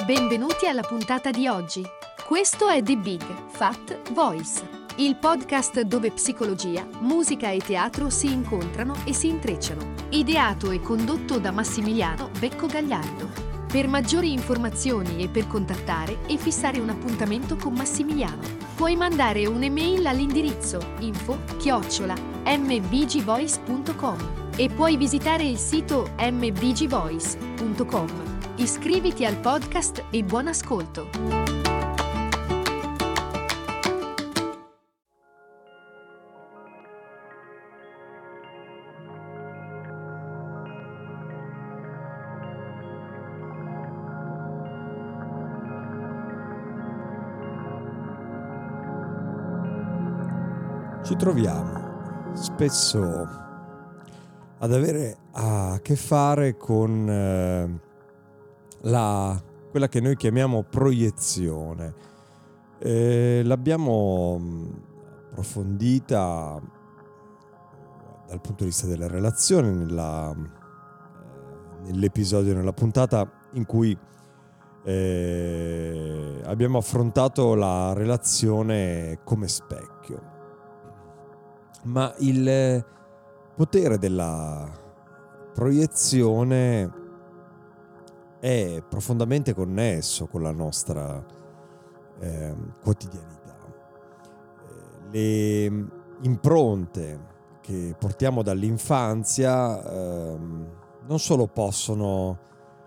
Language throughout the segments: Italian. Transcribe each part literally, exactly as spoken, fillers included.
Benvenuti alla puntata di oggi. Questo è The Big Fat Voice, il podcast dove psicologia, musica e teatro si incontrano e si intrecciano. Ideato e condotto da Massimiliano Becco Gagliardo. Per maggiori informazioni e per contattare e fissare un appuntamento con Massimiliano, puoi mandare un'email all'indirizzo info chiocciola m b g voice punto com e puoi visitare il sito m b g voice punto com. Iscriviti al podcast e buon ascolto! Ci troviamo spesso ad avere a che fare con eh, la, quella che noi chiamiamo proiezione. Eh, l'abbiamo approfondita dal punto di vista delle relazioni nella, eh, nell'episodio, nella puntata in cui eh, abbiamo affrontato la relazione come specchio. Ma il potere della proiezione è profondamente connesso con la nostra eh, quotidianità. Le impronte che portiamo dall'infanzia eh, non solo possono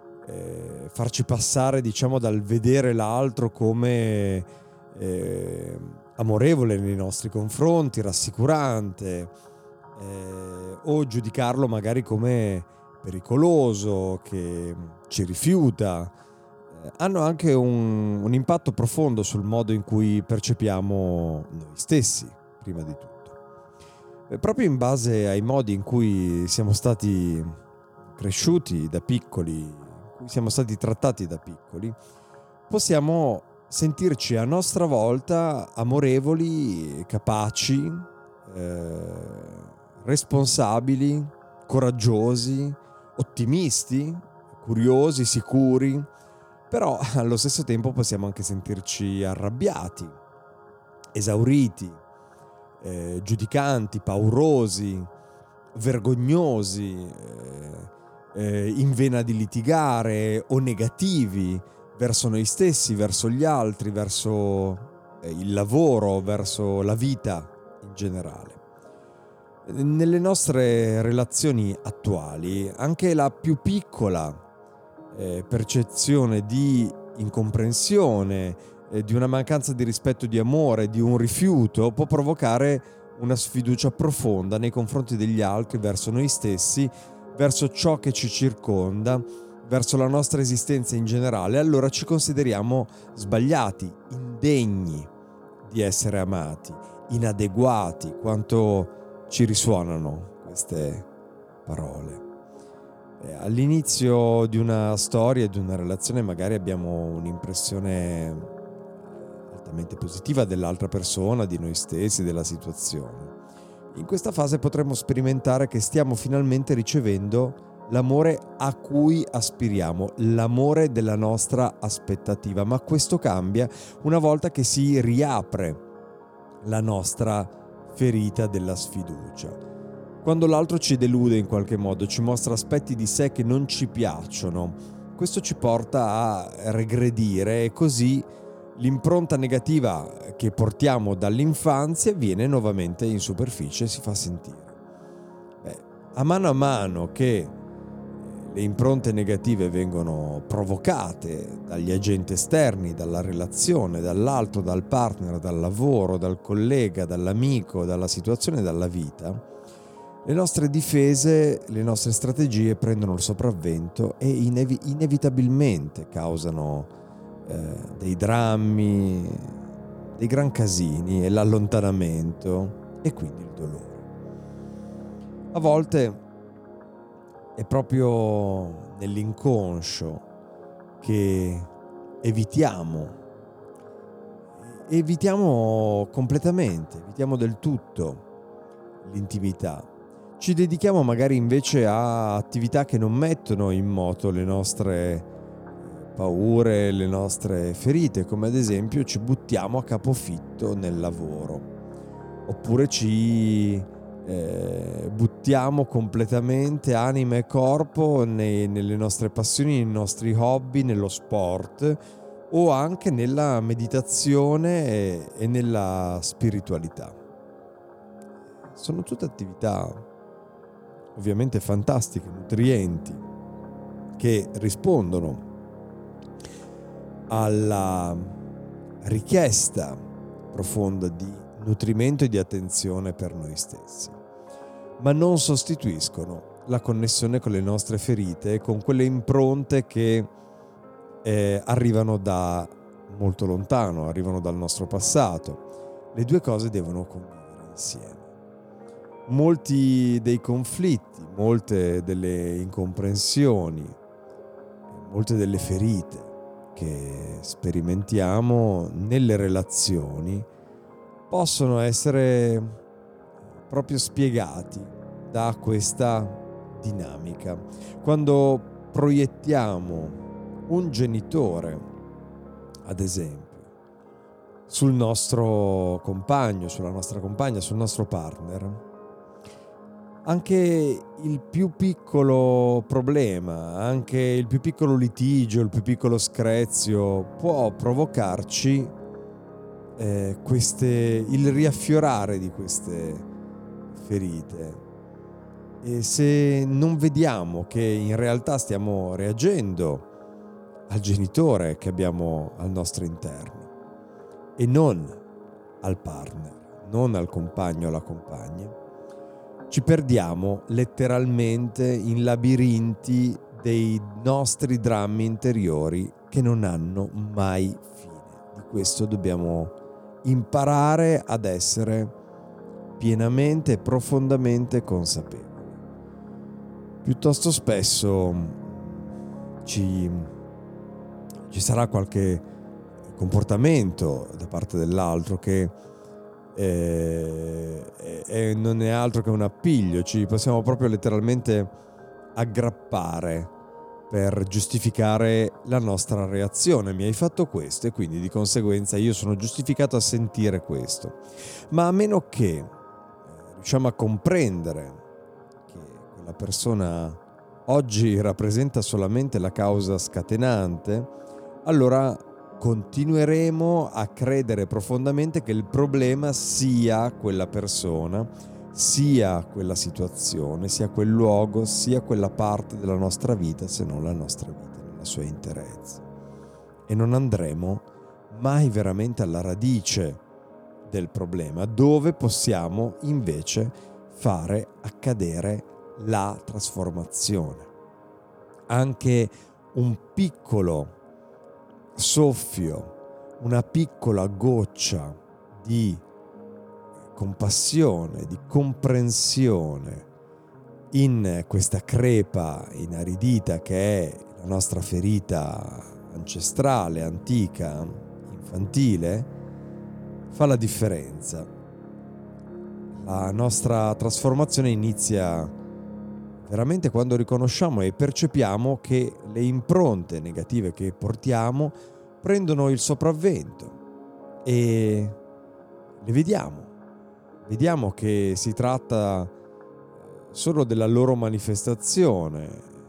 eh, farci passare, diciamo, dal vedere l'altro come eh, amorevole nei nostri confronti, rassicurante, eh, o giudicarlo magari come pericoloso, che ci rifiuta, eh, hanno anche un, un impatto profondo sul modo in cui percepiamo noi stessi, prima di tutto. E proprio in base ai modi in cui siamo stati cresciuti da piccoli, in cui siamo stati trattati da piccoli, possiamo sentirci a nostra volta amorevoli, capaci, eh, responsabili, coraggiosi, ottimisti, curiosi, sicuri, però allo stesso tempo possiamo anche sentirci arrabbiati, esauriti, eh, giudicanti, paurosi, vergognosi, eh, eh, in vena di litigare o negativi verso noi stessi, verso gli altri, verso il lavoro, verso la vita in generale. Nelle nostre relazioni attuali, anche la più piccola eh, percezione di incomprensione, eh, di una mancanza di rispetto, di amore, di un rifiuto, può provocare una sfiducia profonda nei confronti degli altri, verso noi stessi, verso ciò che ci circonda, verso la nostra esistenza in generale. Allora ci consideriamo sbagliati, indegni di essere amati, inadeguati. Quanto ci risuonano queste parole. Eh, all'inizio di una storia, di una relazione, magari abbiamo un'impressione altamente positiva dell'altra persona, di noi stessi, della situazione. In questa fase potremmo sperimentare che stiamo finalmente ricevendo l'amore a cui aspiriamo, l'amore della nostra aspettativa, ma questo cambia una volta che si riapre la nostra ferita della sfiducia. Quando l'altro ci delude in qualche modo, ci mostra aspetti di sé che non ci piacciono, questo ci porta a regredire e così l'impronta negativa che portiamo dall'infanzia viene nuovamente in superficie e si fa sentire. Beh, a mano a mano che le impronte negative vengono provocate dagli agenti esterni, dalla relazione, dall'altro, dal partner, dal lavoro, dal collega, dall'amico, dalla situazione, dalla vita, le nostre difese, le nostre strategie prendono il sopravvento e inevi- inevitabilmente causano eh, dei drammi, dei gran casini e l'allontanamento e quindi il dolore. A volte è proprio nell'inconscio che evitiamo, evitiamo completamente, evitiamo del tutto l'intimità. Ci dedichiamo magari invece a attività che non mettono in moto le nostre paure, le nostre ferite, come ad esempio ci buttiamo a capofitto nel lavoro, oppure ci eh, buttiamo completamente anima e corpo nei, nelle nostre passioni, nei nostri hobby, nello sport o anche nella meditazione e, e nella spiritualità. Sono tutte attività ovviamente fantastiche, nutrienti, che rispondono alla richiesta profonda di nutrimento e di attenzione per noi stessi, ma non sostituiscono la connessione con le nostre ferite e con quelle impronte che eh, arrivano da molto lontano, arrivano dal nostro passato. Le due cose devono convivere insieme. Molti dei conflitti, molte delle incomprensioni, molte delle ferite che sperimentiamo nelle relazioni possono essere proprio spiegati da questa dinamica. Quando proiettiamo un genitore, ad esempio, sul nostro compagno, sulla nostra compagna, sul nostro partner, anche il più piccolo problema, anche il più piccolo litigio, il più piccolo screzio può provocarci eh, queste, il riaffiorare di queste ferite. E se non vediamo che in realtà stiamo reagendo al genitore che abbiamo al nostro interno e non al partner, non al compagno o alla compagna, ci perdiamo letteralmente in labirinti dei nostri drammi interiori che non hanno mai fine. Di questo dobbiamo imparare ad essere pienamente e profondamente consapevoli. Piuttosto spesso ci, ci sarà qualche comportamento da parte dell'altro che E, e non è altro che un appiglio, ci possiamo proprio letteralmente aggrappare per giustificare la nostra reazione. Mi hai fatto questo e quindi di conseguenza io sono giustificato a sentire questo. Ma a meno che riusciamo a comprendere che quella persona oggi rappresenta solamente la causa scatenante, allora continueremo a credere profondamente che il problema sia quella persona, sia quella situazione, sia quel luogo, sia quella parte della nostra vita, se non la nostra vita nella sua interezza. E non andremo mai veramente alla radice del problema, dove possiamo invece fare accadere la trasformazione. Anche un piccolo soffio, una piccola goccia di compassione, di comprensione in questa crepa inaridita che è la nostra ferita ancestrale, antica, infantile, fa la differenza. La nostra trasformazione inizia veramente quando riconosciamo e percepiamo che le impronte negative che portiamo prendono il sopravvento e le vediamo. Vediamo che si tratta solo della loro manifestazione,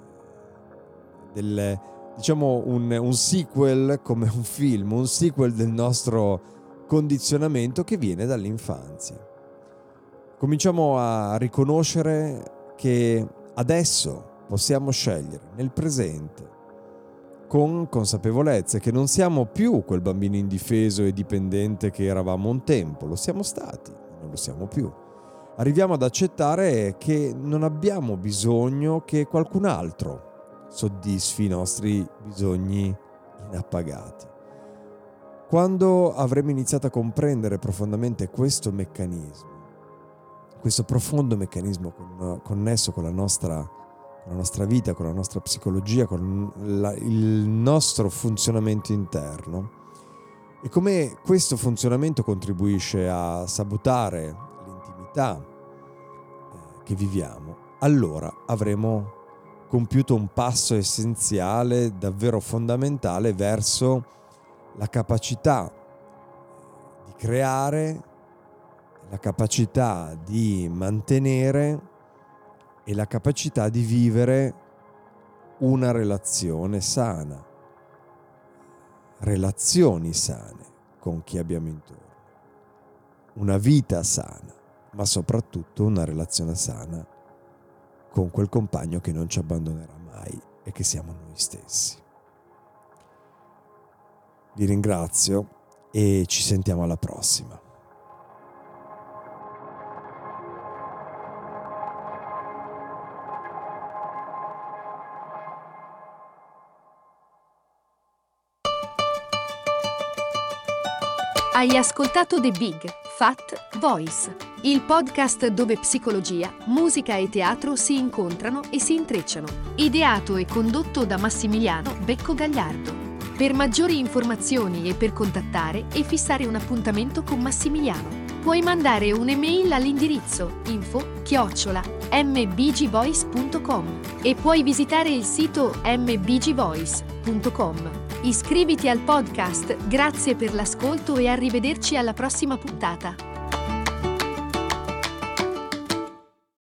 del, diciamo un, un sequel come un film, un sequel del nostro condizionamento che viene dall'infanzia. Cominciamo a riconoscere che adesso possiamo scegliere nel presente con consapevolezza che non siamo più quel bambino indifeso e dipendente che eravamo un tempo, lo siamo stati, non lo siamo più. Arriviamo ad accettare che non abbiamo bisogno che qualcun altro soddisfi i nostri bisogni inappagati. Quando avremo iniziato a comprendere profondamente questo meccanismo, questo profondo meccanismo con, connesso con la nostra, con la nostra vita, con la nostra psicologia, con la, il nostro funzionamento interno, e come questo funzionamento contribuisce a sabotare l'intimità eh, che viviamo, allora avremo compiuto un passo essenziale, davvero fondamentale, verso la capacità di creare, la capacità di mantenere e la capacità di vivere una relazione sana, relazioni sane con chi abbiamo intorno, una vita sana, ma soprattutto una relazione sana con quel compagno che non ci abbandonerà mai e che siamo noi stessi. Vi ringrazio e ci sentiamo alla prossima. Hai ascoltato The Big Fat Voice, il podcast dove psicologia, musica e teatro si incontrano e si intrecciano. Ideato e condotto da Massimiliano Becco Gagliardo. Per maggiori informazioni e per contattare e fissare un appuntamento con Massimiliano, puoi mandare un'email all'indirizzo info chiocciola m b g voice punto com e puoi visitare il sito m b g voice punto com. Iscriviti al podcast, grazie per l'ascolto e arrivederci alla prossima puntata.